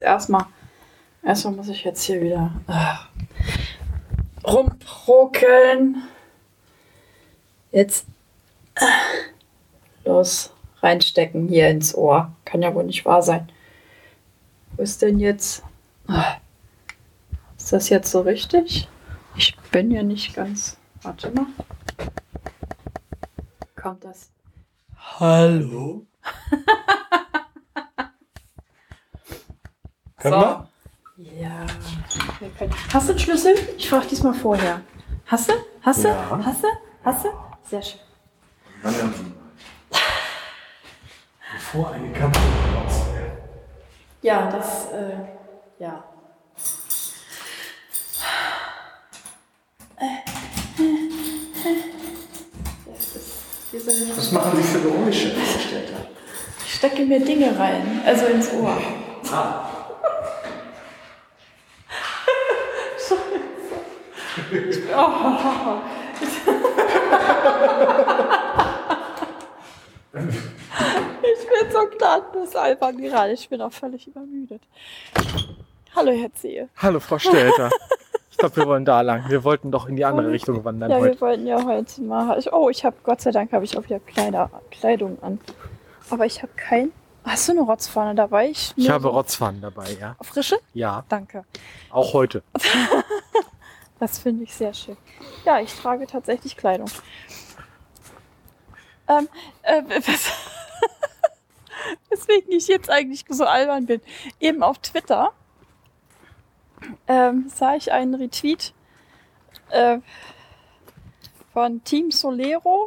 Erstmal muss ich jetzt hier wieder rumprokeln. Jetzt los, reinstecken hier ins Ohr. Kann ja wohl nicht wahr sein. Wo ist denn jetzt? Ist das jetzt so richtig? Ich bin ja nicht ganz... Warte mal. Kommt das? Hallo? Können wir? Ja. Hast du den Schlüssel? Ich frage diesmal vorher. Hast du? Ja. Hast du? Sehr schön. Bevor eine Kamera rausfällt. Ja, das, ja. Was machen Sie für Geräusche, Frau Stelter? Ich stecke mir Dinge rein, also ins Ohr. Ich bin so gnadenlos albern gerade. Ich bin auch völlig übermüdet. Hallo, Herr Zehe. Hallo, Frau Stelter. Ich glaube, wir wollen da lang. Wir wollten doch in die andere Richtung wandern Ja, heute. wir wollten ja heute mal... Gott sei Dank habe ich auch wieder Kleidung an. Aber ich habe kein... Hast du eine Rotzpfanne dabei? Ich habe Rotzpfannen dabei, ja. Frische? Ja. Danke. Auch heute. Das finde ich sehr schön. Ja, ich trage tatsächlich Kleidung. Weswegen ich jetzt eigentlich so albern bin. Eben auf Twitter sah ich einen Retweet von Team Solero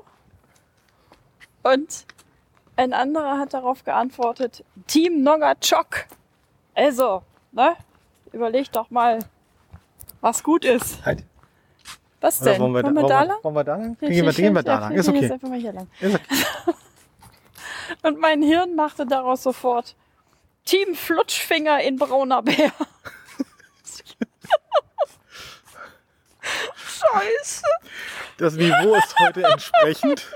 und ein anderer hat darauf geantwortet, Team Nogachok. Also, ne? Überleg doch mal, was gut ist. Halt. Was denn? Wollen wir da lang? Wollen wir da lang? Gehen wir da lang. Ist okay. Jetzt einfach mal hier lang. Ist okay. Und mein Hirn machte daraus sofort Team Flutschfinger in brauner Bär. Scheiße. Das Niveau ist heute entsprechend.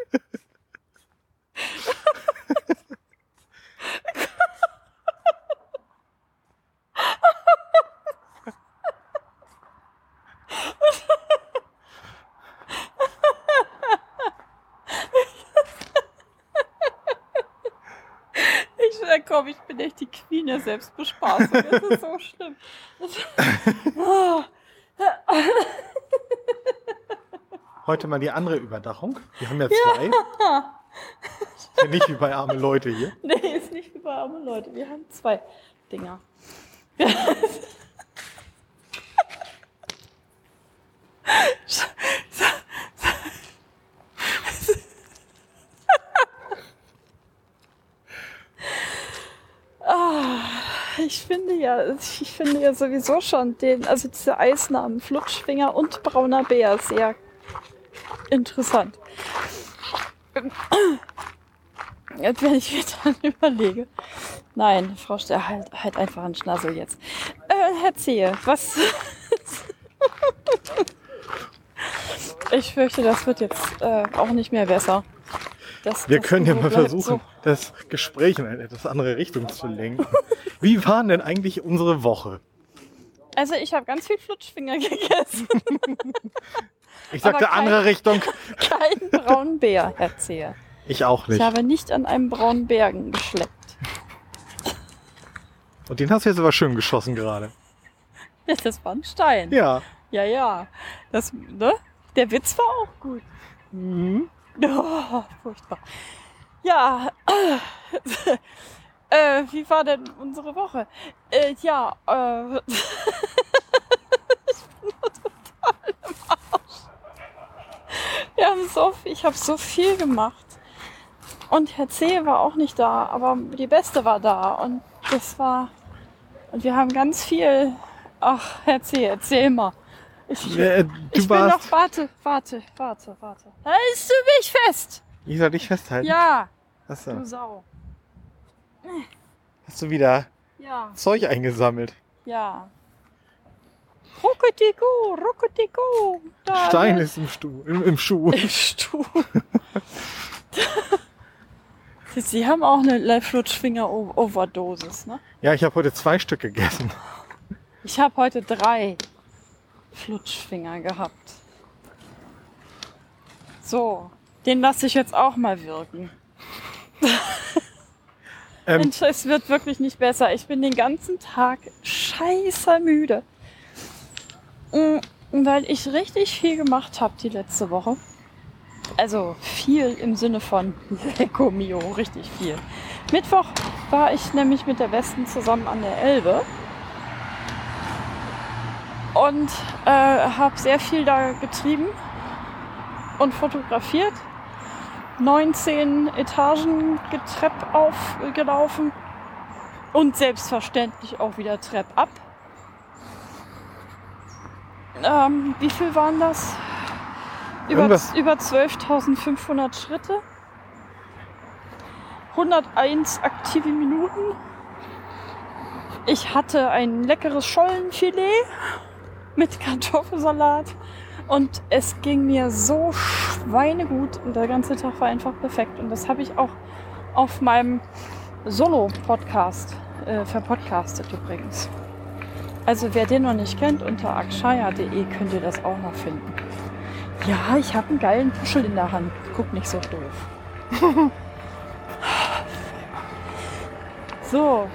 Ich bin echt die Queen der Selbstbespaßung. Das ist so schlimm. Heute mal die andere Überdachung. Wir haben ja zwei. Ist ja nicht wie bei arme Leute hier. Nee, ist nicht wie bei arme Leute. Wir haben zwei Dinger. Ich finde ja sowieso schon diese Eisnamen Flutschfinger und brauner Bär sehr interessant. Jetzt, wenn ich mir dann überlege. Nein, Frau Stehr, halt einfach einen Schnassel jetzt. Herr Zehe, was... Ich fürchte, das wird jetzt auch nicht mehr besser. Wir können ja mal versuchen, das Gespräch in eine etwas andere Richtung zu lenken. Wie war denn eigentlich unsere Woche? Also ich habe ganz viel Flutschfinger gegessen. Ich sagte andere Richtung. Kein braunen Bär, Herr Zehe. Ich auch nicht. Ich habe nicht an einem braunen Bären geschleppt. Und den hast du jetzt aber schön geschossen gerade. Ja, das war ein Stein. Ja. Ja. Das, ne? Der Witz war auch gut. Mhm. Oh, furchtbar. Ja, wie war denn unsere Woche? Ich bin nur total im Arsch. Ich habe so viel gemacht. Und Herr C. war auch nicht da, aber die Beste war da. Und wir haben ganz viel... Ach, Herr C., erzähl mal. Warte. Hältst du mich fest? Ich soll dich festhalten? Ja. Achso. Du Sau. Hast du wieder Ja. Zeug eingesammelt? Ja. Rucketico. Stein ist im Schuh. Im Schuh. Im Stuhl. Sie haben auch eine Flutschfinger-Overdosis, ne? Ja, ich habe heute 2 Stück gegessen. Ich habe heute 3 Flutschfinger gehabt. So, den lasse ich jetzt auch mal wirken. Mensch, es wird wirklich nicht besser. Ich bin den ganzen Tag scheiße müde. Weil ich richtig viel gemacht habe die letzte Woche. Also viel im Sinne von Lecco Mio, richtig viel. Mittwoch war ich nämlich mit der Westen zusammen an der Elbe. Und habe sehr viel da getrieben und fotografiert. 19 Etagen Trepp aufgelaufen und selbstverständlich auch wieder Trepp ab. Wie viel waren das? Über 12.500 Schritte. 101 aktive Minuten. Ich hatte ein leckeres Schollenfilet mit Kartoffelsalat. Und es ging mir so schweinegut und der ganze Tag war einfach perfekt. Und das habe ich auch auf meinem Solo-Podcast verpodcastet übrigens. Also wer den noch nicht kennt, unter akshaya.de könnt ihr das auch noch finden. Ja, ich habe einen geilen Puschel in der Hand. Guck nicht so doof. So.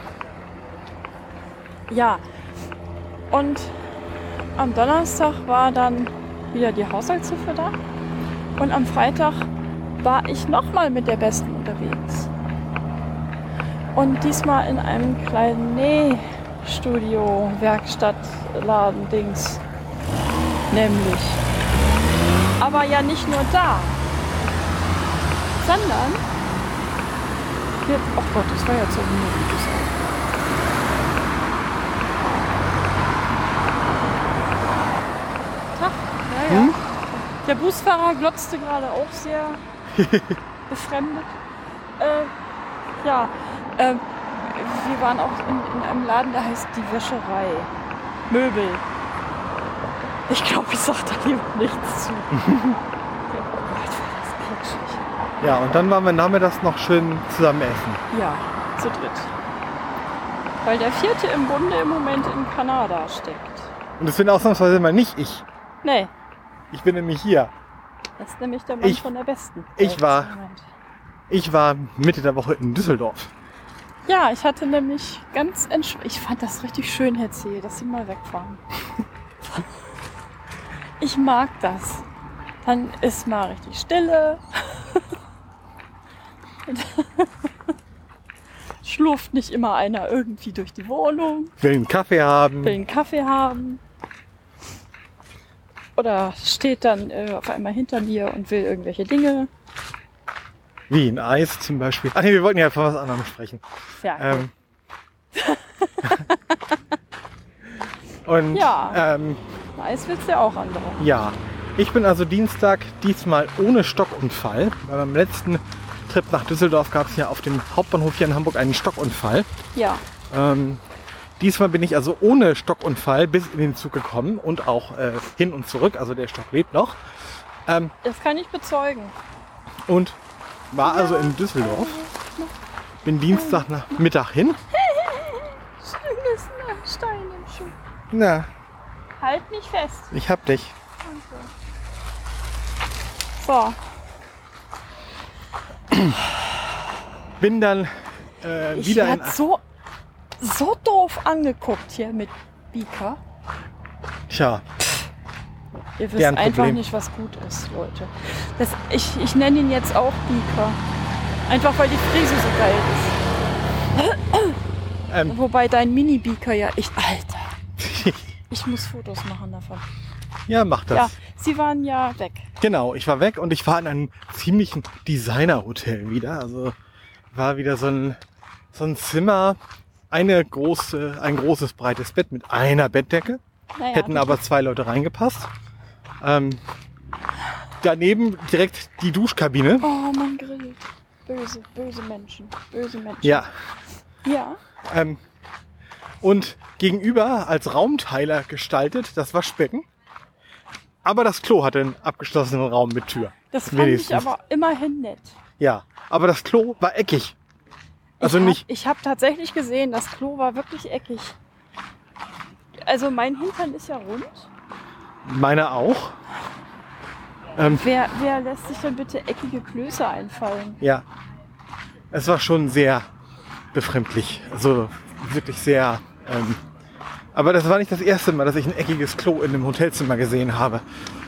Ja. Und am Donnerstag war dann wieder die Haushaltshilfe da. Und am Freitag war ich nochmal mit der Besten unterwegs. Und diesmal in einem kleinen Nähstudio, Werkstatt, Laden-Dings. Nämlich. Aber ja nicht nur da, sondern oh Gott, das war ja so ein Tag, ja. Der Busfahrer glotzte gerade auch sehr befremdet. Wir waren auch in einem Laden, der heißt die Wäscherei. Möbel. Ich glaube, ich sag da lieber nichts zu. Oh Gott, war das kitschig. Ja, und dann waren wir nachmittags noch schön zusammen essen. Ja, zu dritt. Weil der 4. im Bunde im Moment in Kanada steckt. Und das bin ausnahmsweise mal nicht ich. Nee. Ich bin nämlich hier. Das ist nämlich der Mann von der Besten. Ich war Mitte der Woche in Düsseldorf. Ja, ich hatte nämlich ganz entspannt. Ich fand das richtig schön, Herr C., dass Sie mal wegfahren. Ich mag das. Dann ist mal richtig Stille. Schlurft nicht immer einer irgendwie durch die Wohnung. Will einen Kaffee haben. Oder steht dann auf einmal hinter mir und will irgendwelche Dinge. Wie ein Eis zum Beispiel. Ach nee, wir wollten ja von was anderem sprechen. Ja. Und ja. Eis willst du ja auch andere. Ja. Ich bin also Dienstag diesmal ohne Stockunfall. Beim letzten Trip nach Düsseldorf gab es ja auf dem Hauptbahnhof hier in Hamburg einen Stockunfall. Ja. Diesmal bin ich also ohne Stockunfall bis in den Zug gekommen und auch hin und zurück. Also der Stock lebt noch. Das kann ich bezeugen. Und war also in Düsseldorf. Bin Dienstag nach Mittag hin. Schönes Stein im Schuh. Na. Halt mich fest. Ich hab dich. So. Bin dann wieder in... so doof angeguckt hier mit Beaker. Tja. Ihr wisst einfach nicht, was gut ist, Leute. Ich nenne ihn jetzt auch Beaker. Einfach weil die Frise so geil ist. Wobei dein Mini-Beaker ja... Alter. Ich muss Fotos machen davon. Ja, mach das. Ja, Sie waren ja weg. Genau, ich war weg und ich war in einem ziemlichen Designer-Hotel wieder. Also war wieder so ein Zimmer, ein großes, breites Bett mit einer Bettdecke. Naja, hätten aber 2 Leute reingepasst. Daneben direkt die Duschkabine. Oh, man grillt. Böse Menschen. Ja. Ja. Und gegenüber als Raumteiler gestaltet das Waschbecken. Aber das Klo hatte einen abgeschlossenen Raum mit Tür. Das fand ich aber immerhin nett. Ja, aber das Klo war eckig. Also Ich habe tatsächlich gesehen, das Klo war wirklich eckig. Also mein Hintern ist ja rund. Meine auch. Wer lässt sich denn bitte eckige Klöße einfallen? Ja, es war schon sehr befremdlich. Also wirklich sehr. Aber das war nicht das erste Mal, dass ich ein eckiges Klo in einem Hotelzimmer gesehen habe.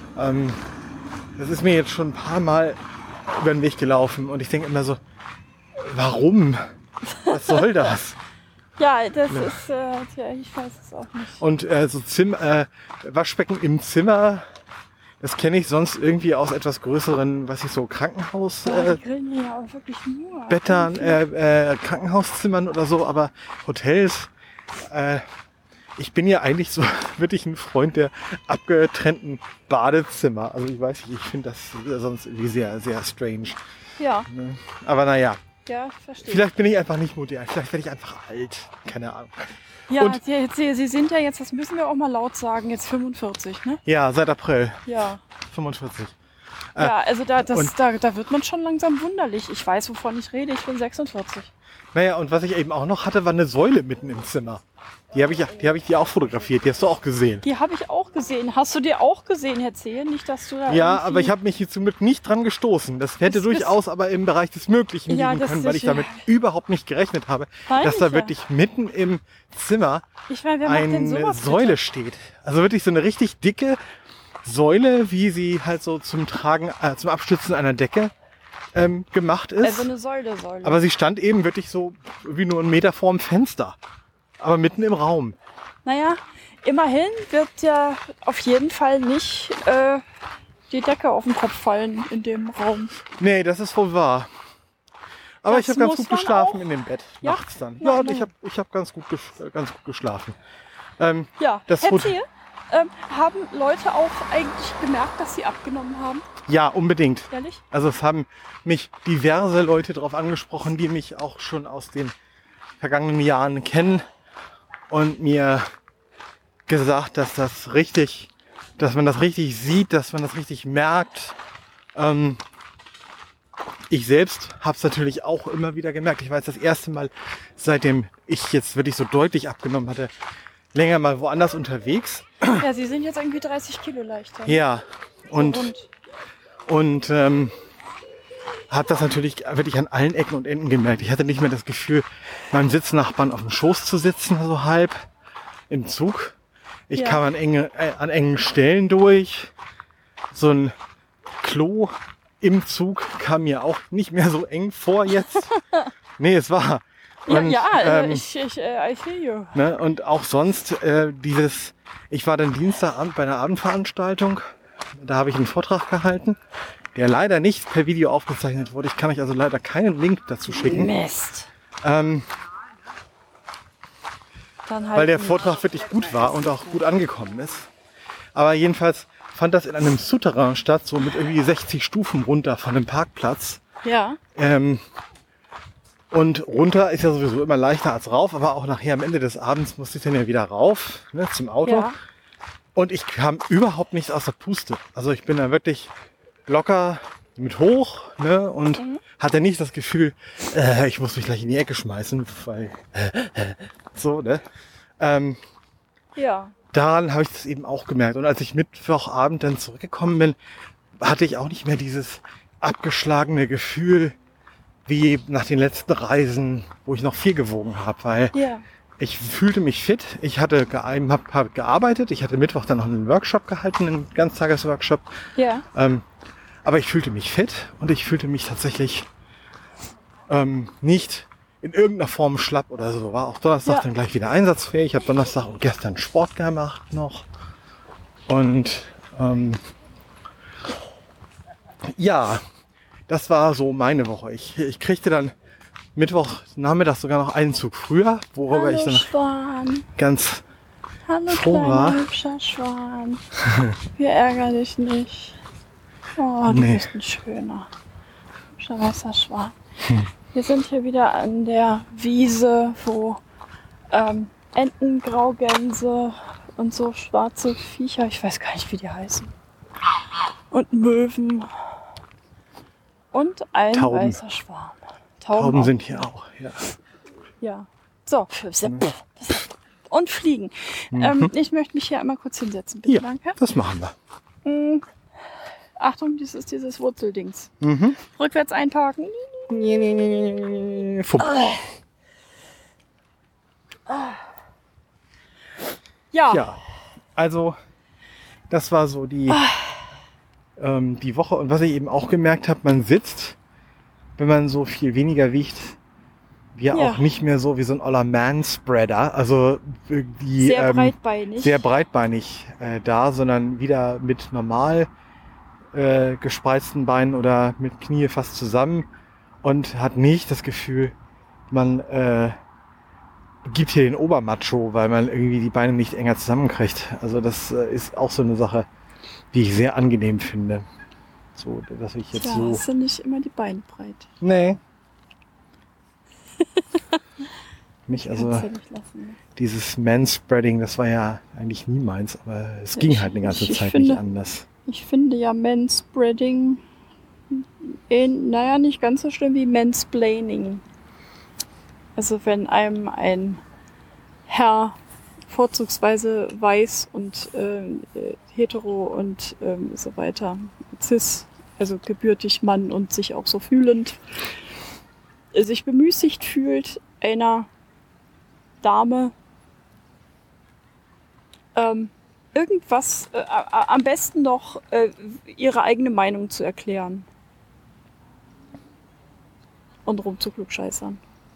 Das ist mir jetzt schon ein paar Mal über den Weg gelaufen und ich denke immer so, warum? Was soll das? Ja, das ist, ich weiß es auch nicht. Und so Waschbecken im Zimmer, das kenne ich sonst irgendwie aus etwas größeren, was ich so Krankenhaus... Die grillen hier ja auch wirklich nur. Bettern, Krankenhauszimmern oder so, aber Hotels... ich bin ja eigentlich so wirklich ein Freund der abgetrennten Badezimmer. Also ich weiß nicht, ich finde das sonst irgendwie sehr, sehr strange. Ja. Aber naja. Ja, ich verstehe. Vielleicht bin ich einfach nicht modern. Vielleicht werde ich einfach alt. Keine Ahnung. Ja, Und Sie sind ja jetzt, das müssen wir auch mal laut sagen, jetzt 45, ne? ja, seit April Ja. 45. Ja, also da wird man schon langsam wunderlich. Ich weiß, wovon ich rede. Ich bin 46. Naja, und was ich eben auch noch hatte, war eine Säule mitten im Zimmer. Die habe ich dir auch fotografiert. Die hast du auch gesehen. Die habe ich auch gesehen. Hast du dir auch gesehen, Herr Zehe? Nicht, dass du da Ja, aber ich habe mich hier zum Glück nicht dran gestoßen. Das hätte durchaus aber im Bereich des Möglichen Ja, liegen das können, weil ich ist- damit überhaupt nicht gerechnet habe, Peinlich, dass da ja. wirklich mitten im Zimmer Ich meine, wer macht denn eine sowas Säule bitte? steht. Also wirklich so eine richtig dicke Säule, wie sie halt so zum Tragen, zum Abstützen einer Decke gemacht ist. Also eine Säule. Aber sie stand eben wirklich so wie nur 1 Meter vorm Fenster. Aber mitten im Raum. Naja, immerhin wird ja auf jeden Fall nicht die Decke auf den Kopf fallen in dem Raum. Nee, das ist wohl wahr. Aber Das ich habe ganz muss gut man geschlafen auch- in dem Bett Ja? nachts dann. Ja, Ja, und naja. ich hab ganz gut geschlafen. Ja, Das Herr Hot- Zehe, haben Leute auch eigentlich gemerkt, dass sie abgenommen haben? Ja, unbedingt. Ehrlich? Also es haben mich diverse Leute darauf angesprochen, die mich auch schon aus den vergangenen Jahren kennen und mir gesagt, dass man das richtig sieht, dass man das richtig merkt. Ich selbst habe es natürlich auch immer wieder gemerkt. Ich war jetzt das erste Mal, seitdem ich jetzt wirklich so deutlich abgenommen hatte, länger mal woanders unterwegs. Ja, sie sind jetzt irgendwie 30 Kilo leichter. Ja, So und rund. habe das natürlich wirklich an allen Ecken und Enden gemerkt. Ich hatte nicht mehr das Gefühl, meinem Sitznachbarn auf dem Schoß zu sitzen, so halb im Zug. Ich Ja. kam an engen Stellen durch. So ein Klo im Zug kam mir auch nicht mehr so eng vor jetzt. Nee, es war. Und, I feel you. ne, und auch sonst ich war dann Dienstagabend bei einer Abendveranstaltung. Da habe ich einen Vortrag gehalten, der leider nicht per Video aufgezeichnet wurde. Ich kann euch also leider keinen Link dazu schicken, Mist. ähm, Dann halt weil der nicht. Vortrag wirklich gut war und auch gut angekommen ist. Aber jedenfalls fand das in einem Souterrain statt, so mit irgendwie 60 Stufen runter von dem Parkplatz. Ja. Und runter ist ja sowieso immer leichter als rauf, aber auch nachher am Ende des Abends musste ich dann ja wieder rauf, ne, zum Auto. Ja. Und ich kam überhaupt nicht aus der Puste. Also ich bin da wirklich locker mit hoch, ne, und hatte nicht das Gefühl, ich muss mich gleich in die Ecke schmeißen, weil so, ne. Ja. Daran habe ich das eben auch gemerkt. Und als ich Mittwochabend dann zurückgekommen bin, hatte ich auch nicht mehr dieses abgeschlagene Gefühl wie nach den letzten Reisen, wo ich noch viel gewogen habe, weil Ja. ich fühlte mich fit. Ich hatte hab gearbeitet. Ich hatte Mittwoch dann noch einen Workshop gehalten, einen Ganztagesworkshop. Ja. Aber ich fühlte mich fit und ich fühlte mich tatsächlich nicht in irgendeiner Form schlapp oder so. War auch Donnerstag Ja. dann gleich wieder einsatzfähig. Ich habe Donnerstag und gestern Sport gemacht noch. Und ja, das war so meine Woche. Ich kriegte dann Mittwoch Nachmittag sogar noch einen Zug früher, worüber Hallo ich dann Schwan. ganz Hallo froh kleiner war. hübscher Schwan. Wir ärgern dich nicht. Oh, du Nee. bist ein schöner, hübscher weißer Schwan. Wir sind hier wieder an der Wiese, wo Enten, Graugänse und so schwarze Viecher, ich weiß gar nicht, wie die heißen. Und Möwen Und ein Tauben. weißer Schwarm. Tauben auch. sind hier auch, ja. Ja. So. Und Fliegen. Ich möchte mich hier einmal kurz hinsetzen, bitte. Ja, Danke. das machen wir. Achtung, das ist dieses Wurzeldings. Mhm. Rückwärts einparken. Fupp. Ja. Ja, also das war so die Woche. Und was ich eben auch gemerkt habe, man sitzt, wenn man so viel weniger wiegt, wir Ja. auch nicht mehr so wie so ein oller Manspreader, also die Sehr breitbeinig. sehr breitbeinig da, sondern wieder mit normal gespreizten Beinen oder mit Knie fast zusammen und hat nicht das Gefühl, man gibt hier den Obermacho, weil man irgendwie die Beine nicht enger zusammenkriegt. Also das ist auch so eine Sache, die ich sehr angenehm finde. So, dass ich jetzt ja, so... hast du nicht immer die Beine breit. Nee. Nicht, also Kannst du nicht lassen. Ne? dieses Manspreading, das war ja eigentlich nie meins, aber es ging halt eine ganze ich Zeit finde- nicht anders. Ich finde ja Manspreading nicht ganz so schlimm wie Mansplaining. Also wenn einem ein Herr vorzugsweise weiß und hetero und so weiter, cis, also gebürtig Mann und sich auch so fühlend, sich bemüßigt fühlt, einer Dame irgendwas, am besten noch ihre eigene Meinung zu erklären. Und rumzuklugscheißern.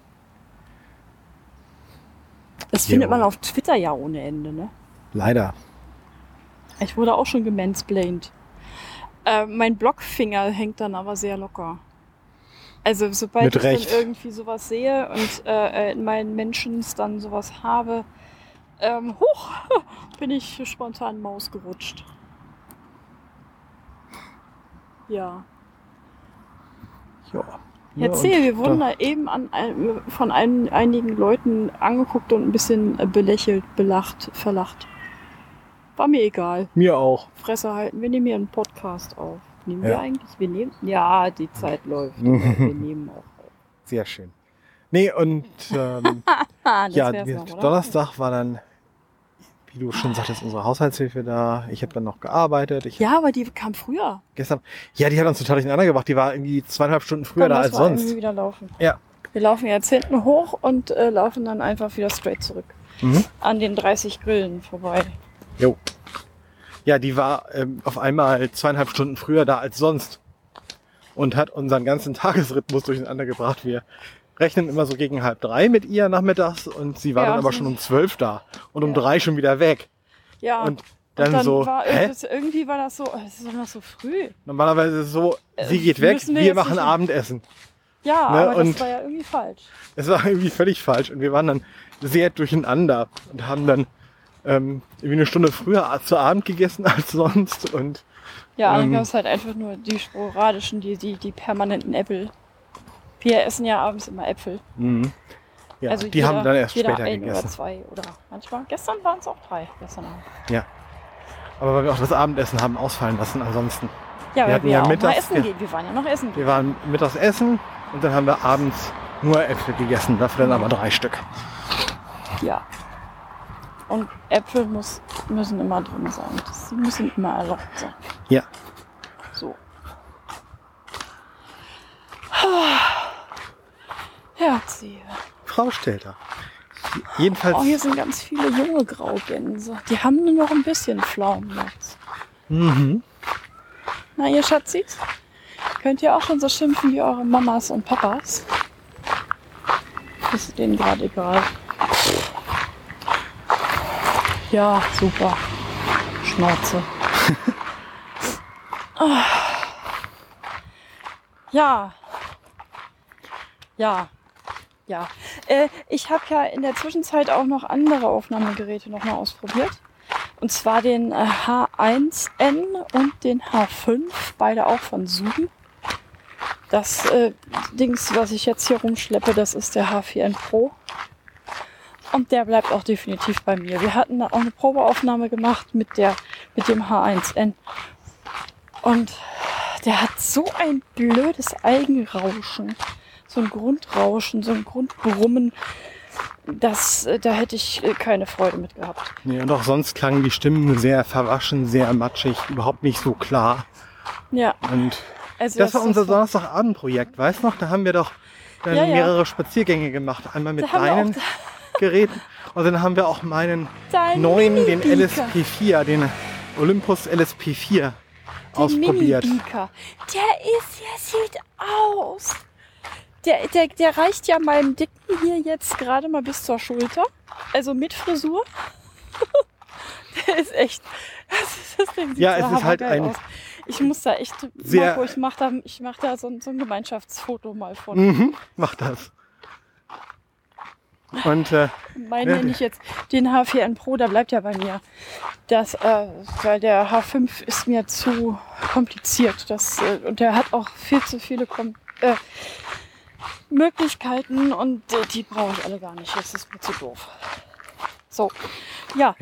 Das findet man auf Twitter ja ohne Ende, ne? Leider. Ich wurde auch schon gemansplained. Mein Blockfinger hängt dann aber sehr locker. Also sobald Mit ich Recht. dann irgendwie sowas sehe und in meinen Mentions dann sowas habe, bin ich spontan Maus gerutscht. Ja. Ja. Erzähl, wir wurden da eben von einigen Leuten angeguckt und ein bisschen belächelt, belacht, verlacht. War mir egal. Mir auch. Fresse halten, wir nehmen hier einen Podcast auf. Nehmen Ja. wir eigentlich? Wir nehmen? Ja, die Zeit läuft. Wir nehmen auch auf. Sehr schön. Nee, und Das ja, wär's noch, oder? Donnerstag war dann, wie du schon sagtest, unsere Haushaltshilfe da. Ich habe dann noch gearbeitet. Ja, aber die kam früher. Gestern, ja, die hat uns total durcheinander gebracht. Die war irgendwie 2,5 Stunden früher Komm, da lass als mal sonst. irgendwie wieder laufen. Ja. Wir laufen jetzt hinten hoch und laufen dann einfach wieder straight zurück. Mhm. An den 30 Grillen vorbei. Jo. Ja, die war auf einmal 2,5 Stunden früher da als sonst. Und hat unseren ganzen Tagesrhythmus durcheinander gebracht. Wir rechnen immer so gegen 2:30 mit ihr nachmittags und sie war Ja, dann aber so- schon um 12 da und um Ja. 3 schon wieder weg. Ja. Und dann so, war hä? irgendwie war das so, es ist doch noch so früh. Normalerweise ist es so, sie geht weg, müssen wir wir jetzt machen nicht- Abendessen. Ja, Ne, aber und- das war ja irgendwie falsch. Es war irgendwie völlig falsch und wir waren dann sehr durcheinander und haben dann irgendwie eine Stunde früher zu Abend gegessen als sonst und Ja, dann gab es halt einfach nur die sporadischen, die permanenten Äpfel. Wir essen ja abends immer Äpfel. ja, Also die haben dann erst jeder später ein oder gegessen. 2 oder manchmal. Gestern waren es auch 3. Gestern Abend. Ja. Aber weil wir auch das Abendessen haben ausfallen lassen ansonsten. Ja, Wir weil hatten wir ja auch mal mittags essen gehen. Wir waren ja noch essen Wir gehen. waren mittags essen und dann haben wir abends nur Äpfel gegessen, dafür dann aber 3 Stück. Ja. Und Äpfel müssen immer drin sein. Die müssen immer erlaubt sein. Ja. So. Herzliche. Frau Stelter. Jedenfalls, Oh, hier sind ganz viele junge Graugänse. Die haben nur noch ein bisschen Pflaumen jetzt. Na, ihr Schatzis? Könnt ihr auch schon so schimpfen wie eure Mamas und Papas? Ist denen gerade egal. Ja, super. Schnauze. Ja. Ja. Ja. Ich habe ja in der Zwischenzeit auch noch andere Aufnahmegeräte nochmal ausprobiert. Und zwar den H1N und den H5, beide auch von Zoom. Das Dings, was ich jetzt hier rumschleppe, das ist der H4N Pro. Und der bleibt auch definitiv bei mir. Wir hatten da auch eine Probeaufnahme gemacht mit dem H1N. Und Der hat so ein blödes Eigenrauschen. So ein Grundrauschen, so ein Grundbrummen. Da hätte ich keine Freude mit gehabt. Nee, und auch sonst klangen die Stimmen sehr verwaschen, sehr matschig, überhaupt nicht so klar. Ja. Und Also das war unser Donnerstagabendprojekt, weißt du noch? Da haben wir doch dann mehrere Spaziergänge gemacht. Einmal mit deinen Geräten und dann haben wir auch meinen neuen, den LSP4, den Olympus LSP4 ausprobiert. Der sieht aus. Der reicht ja meinem Dicken hier jetzt gerade mal bis zur Schulter. Also mit Frisur. Der ist echt. Das Ding sieht ja, es ist halt ein. Aus. Ich muss da echt. Sehr, Marco, ich mach da so ein Gemeinschaftsfoto mal von. Mach das. Und nenne ich jetzt den H4N Pro, der bleibt ja bei mir. Weil der H5 ist mir zu kompliziert. Und der hat auch viel zu viele Möglichkeiten und die brauche ich alle gar nicht. Das ist mir zu doof. So, ja.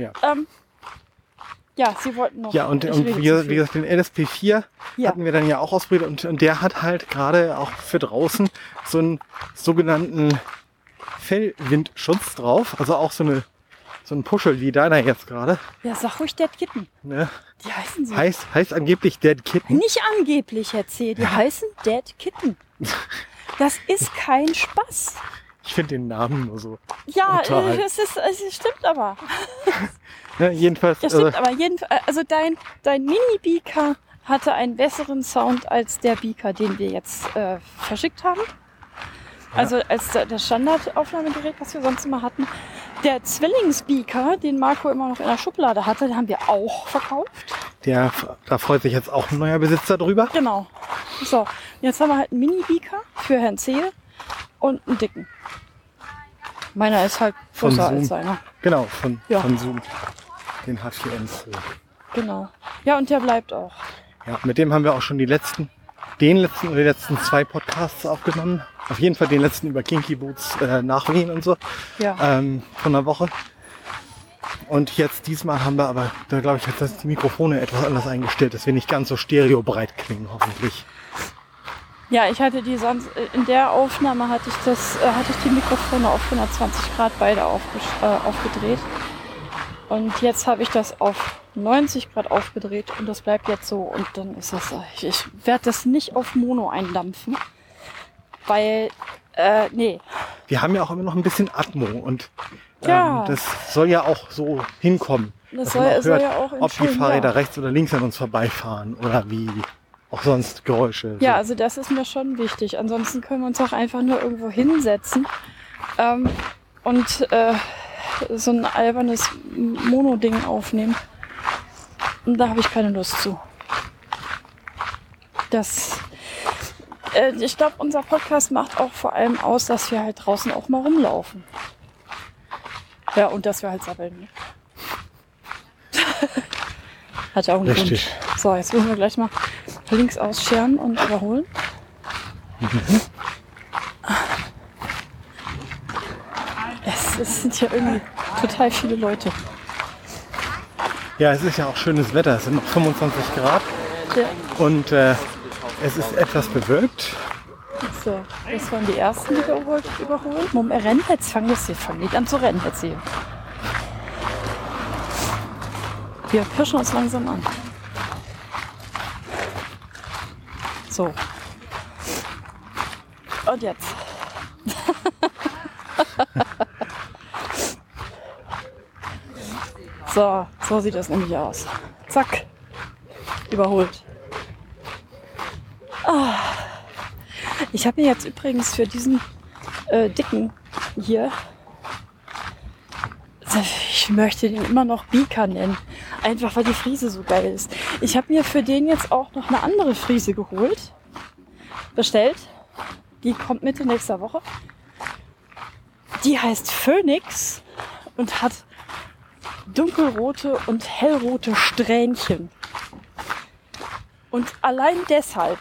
Sie wollten noch. Ja, und wie gesagt, den LSP4 hatten wir dann ja auch ausprobiert und der hat halt gerade auch für draußen so einen sogenannten Fellwindschutz drauf. Also auch so ein Puschel wie deiner jetzt gerade. Ja, sag ruhig Dead Kitten. Ne? Die heißen so. Heißt angeblich Dead Kitten. Nicht angeblich, Herr C. Die heißen Dead Kitten. Das ist kein Spaß. Ich finde den Namen nur so. Ja, es stimmt aber. Ja, jedenfalls. Ja, stimmt, aber also dein Mini-Beaker hatte einen besseren Sound als der Beaker, den wir jetzt verschickt haben. Also als das Standardaufnahmegerät, was wir sonst immer hatten. Der Zwillingsbeaker, den Marco immer noch in der Schublade hatte, den haben wir auch verkauft. Da freut sich jetzt auch ein neuer Besitzer drüber. Genau. So, jetzt haben wir halt einen Mini-Beaker für Herrn Zehe und einen dicken. Meiner ist halt größer als seiner. Genau, von Zoom. Den H4N Pro. Genau. Ja, und der bleibt auch. Ja, mit dem haben wir auch schon die letzten 2 Podcasts aufgenommen. Auf jeden Fall den letzten über Kinky Boots nach Wien und so. Ja. Von einer Woche. Und jetzt diesmal haben wir aber, da glaube ich, jetzt die Mikrofone etwas anders eingestellt, dass wir nicht ganz so stereobreit klingen, hoffentlich. Ja, ich hatte die sonst, in der Aufnahme hatte ich die Mikrofone auf 120 Grad beide aufgedreht. Und jetzt habe ich das auf 90 Grad aufgedreht und das bleibt jetzt so. Und dann ist das, ich werde das nicht auf Mono eindampfen, weil, nee. Wir haben ja auch immer noch ein bisschen Atmo und das soll ja auch so hinkommen. Das soll ja auch ob die Fahrräder rechts oder links an uns vorbeifahren oder wie auch sonst Geräusche. Ja, also das ist mir schon wichtig. Ansonsten können wir uns auch einfach nur irgendwo hinsetzen und so ein albernes Mono-Ding aufnehmen. Und da habe ich keine Lust zu. Ich glaube, unser Podcast macht auch vor allem aus, dass wir halt draußen auch mal rumlaufen. Ja, und dass wir halt sabbeln. Hat ja auch einen Richtig. Grund. So, jetzt müssen wir gleich mal links ausscheren und überholen. Es sind hier irgendwie total viele Leute. Ja, es ist ja auch schönes Wetter. Es sind noch 25 Grad. Ja. Und es ist etwas bewölkt. So, das waren die ersten, die wir überholen. Moment, rennen jetzt, fangen nicht an zu rennen jetzt hier. Wir pirschen uns langsam an. So. Und jetzt. So sieht das nämlich aus. Zack. Überholt. Ich habe mir jetzt übrigens für diesen dicken hier, ich möchte den immer noch Beaker nennen, einfach weil die Frise so geil ist. Ich habe mir für den jetzt auch noch eine andere Frise bestellt. Die kommt Mitte nächster Woche. Die heißt Phoenix und hat dunkelrote und hellrote Strähnchen. Und allein deshalb.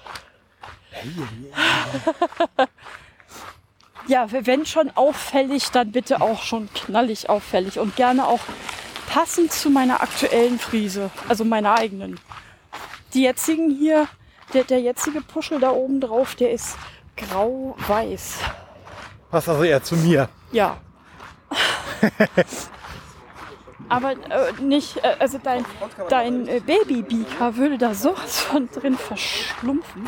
Ja, wenn schon auffällig, dann bitte auch schon knallig auffällig und gerne auch passend zu meiner aktuellen Frise, also meiner eigenen. Die jetzigen hier Der jetzige Puschel da oben drauf, der ist grau-weiß. Passt also eher zu mir. Ja. Aber nicht, also dein Babybeaker würde da sowas von drin verschlumpfen.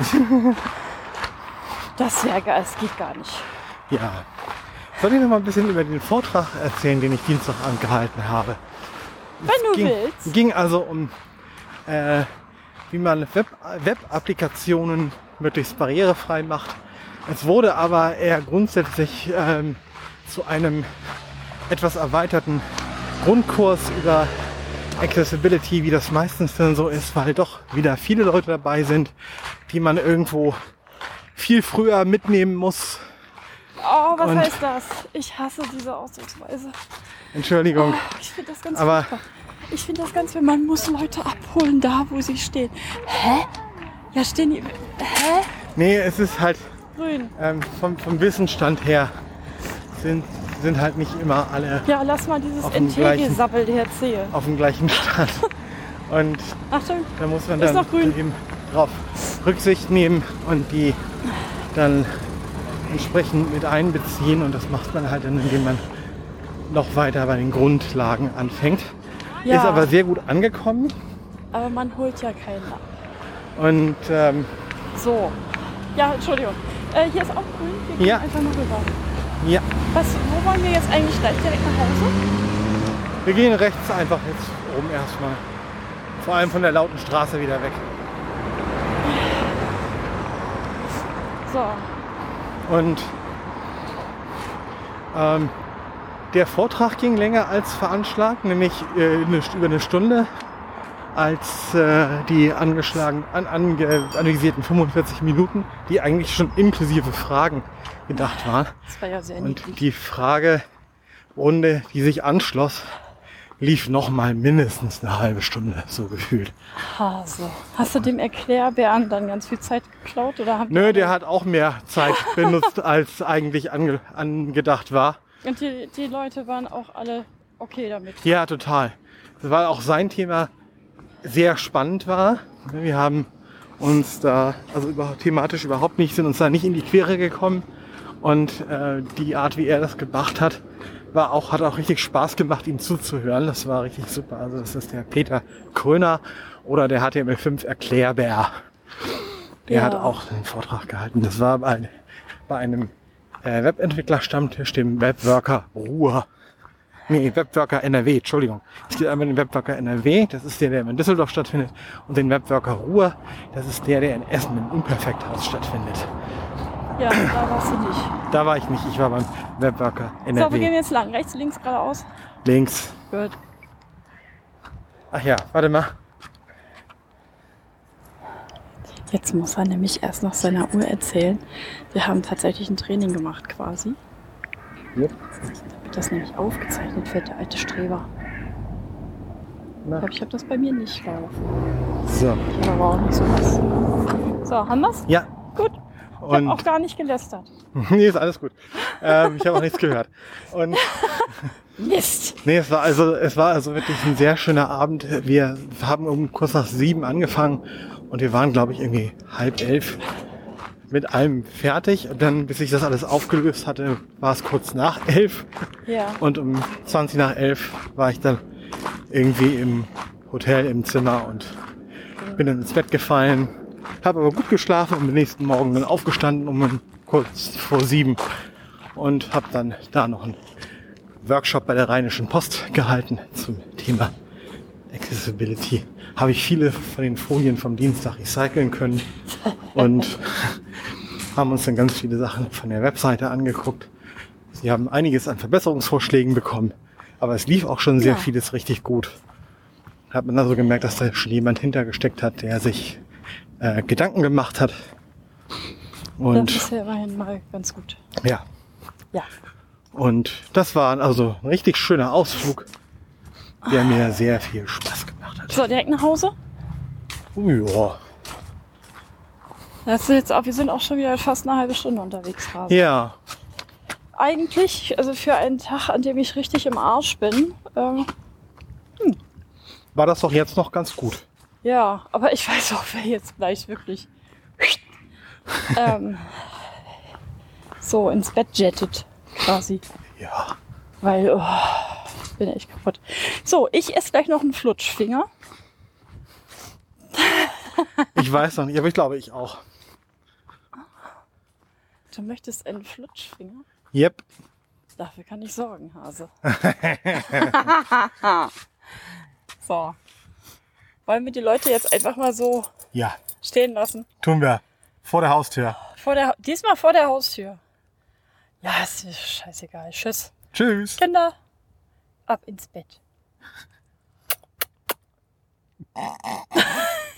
Das wäre geil, es geht gar nicht. Ja. Soll ich noch mal ein bisschen über den Vortrag erzählen, den ich Dienstag angehalten habe? Wenn du willst. Ging also um, wie man Web-Applikationen möglichst barrierefrei macht. Es wurde aber eher grundsätzlich zu einem etwas erweiterten Grundkurs über Accessibility, wie das meistens dann so ist, weil doch wieder viele Leute dabei sind, die man irgendwo viel früher mitnehmen muss. Oh, was heißt das? Ich hasse diese Ausdrucksweise. Entschuldigung. Oh, ich finde das ganz aber furchtbar. Ich finde das ganz, man muss Leute abholen, da wo sie stehen. Hä? Ja, stehen die... Hä? Nee, es ist halt Grün. vom Wissensstand her sind halt nicht immer alle Ja, lass mal dieses auf dem gleichen- NT-Gesabbel erzählen. auf dem gleichen Stand. Und Achtung, da muss man Ist dann noch grün. eben drauf Rücksicht nehmen und die dann entsprechend mit einbeziehen. Und das macht man halt dann, indem man noch weiter bei den Grundlagen anfängt. ja, Ist aber sehr gut angekommen. aber man holt ja keinen ab. Und So. Ja, Entschuldigung. Hier ist auch grün, wir gehen Ja. einfach mal rüber. ja, Wo wollen wir jetzt eigentlich gleich direkt nach Hause? wir gehen rechts einfach jetzt oben erstmal. Vor allem von der lauten Straße wieder weg. So. Und der Vortrag ging länger als veranschlagt, nämlich über eine Stunde, als die anvisierten 45 Minuten, die eigentlich schon inklusive Fragen gedacht waren. Das war ja sehr Und niedlich. die Fragerunde, die sich anschloss, lief noch mal mindestens eine halbe Stunde, so gefühlt. Hase. Hast du dem Erklärbären dann ganz viel Zeit geklaut? Oder haben Nö, der hat auch mehr Zeit benutzt, als eigentlich angedacht war. Und die Leute waren auch alle okay damit. Ja, total. Weil auch sein Thema sehr spannend war. Wir haben uns da, also thematisch überhaupt nicht, sind uns da nicht in die Quere gekommen. Und die Art, wie er das gemacht hat, hat auch richtig Spaß gemacht, ihm zuzuhören. Das war richtig super. Also das ist der Peter Kröner oder der HTML5 Erklärbär. Der Ja. hat auch einen Vortrag gehalten. Das war bei einem Webentwickler-Stammtisch, dem Webworker Ruhr. Nee, Webworker NRW, Entschuldigung. Es gibt einmal den Webworker NRW, das ist der in Düsseldorf stattfindet, und den Webworker Ruhr, das ist der in Essen im Unperfekthaus stattfindet. Ja, da warst du nicht. Da war ich nicht, ich war beim Webworker So, wir NRW. gehen jetzt lang. Rechts, links, geradeaus. Links. Gut. Ach ja, warte mal. Jetzt muss er nämlich erst noch seiner Uhr erzählen. Wir haben tatsächlich ein Training gemacht quasi. Yep. Da wird das nämlich aufgezeichnet für der alte Streber. Na. Ich glaube, ich habe das bei mir nicht laufen. So. Ich habe aber auch nicht sowas. So, haben wir's? Ja. Gut. Ich habe Und auch gar nicht gelästert. nee, ist alles gut. Ich habe auch nichts gehört. Und Mist! nee, es war also wirklich ein sehr schöner Abend. Wir haben um kurz nach 7 angefangen und wir waren, glaube ich, irgendwie 10:30 mit allem fertig. Und dann, bis ich das alles aufgelöst hatte, war es kurz nach 11. Ja. Und um 20 nach 11 war ich dann irgendwie im Hotel im Zimmer und bin dann ins Bett gefallen. Habe aber gut geschlafen und am nächsten Morgen dann aufgestanden um kurz vor 7 und habe dann da noch einen Workshop bei der Rheinischen Post gehalten zum Thema Accessibility. Habe ich viele von den Folien vom Dienstag recyceln können und haben uns dann ganz viele Sachen von der Webseite angeguckt. Sie haben einiges an Verbesserungsvorschlägen bekommen, aber es lief auch schon sehr Ja. vieles richtig gut. Hat man also gemerkt, dass da schon jemand hintergesteckt hat, der sich Gedanken gemacht hat. Das Und ist ja immerhin mal ganz gut. ja, Ja. und das war also ein richtig schöner Ausflug, der mir sehr viel Spaß gemacht hat. So, direkt nach Hause? Ja, Das ist jetzt auch, wir sind auch schon wieder fast eine halbe Stunde unterwegs. Hase. ja, Eigentlich, also für einen Tag, an dem ich richtig im Arsch bin, war das doch jetzt noch ganz gut. Ja, aber ich weiß auch, wer jetzt gleich wirklich so ins Bett jettet, quasi. Ja. Weil, ich bin echt kaputt. So, ich esse gleich noch einen Flutschfinger. Ich weiß noch nicht, aber ich glaube, ich auch. Du möchtest einen Flutschfinger? Yep. Dafür kann ich sorgen, Hase. So. Wollen wir die Leute jetzt einfach mal so Ja, stehen lassen? tun wir. Vor der Haustür. Diesmal vor der Haustür. Ja, ist mir scheißegal. Tschüss. Tschüss. Kinder, ab ins Bett.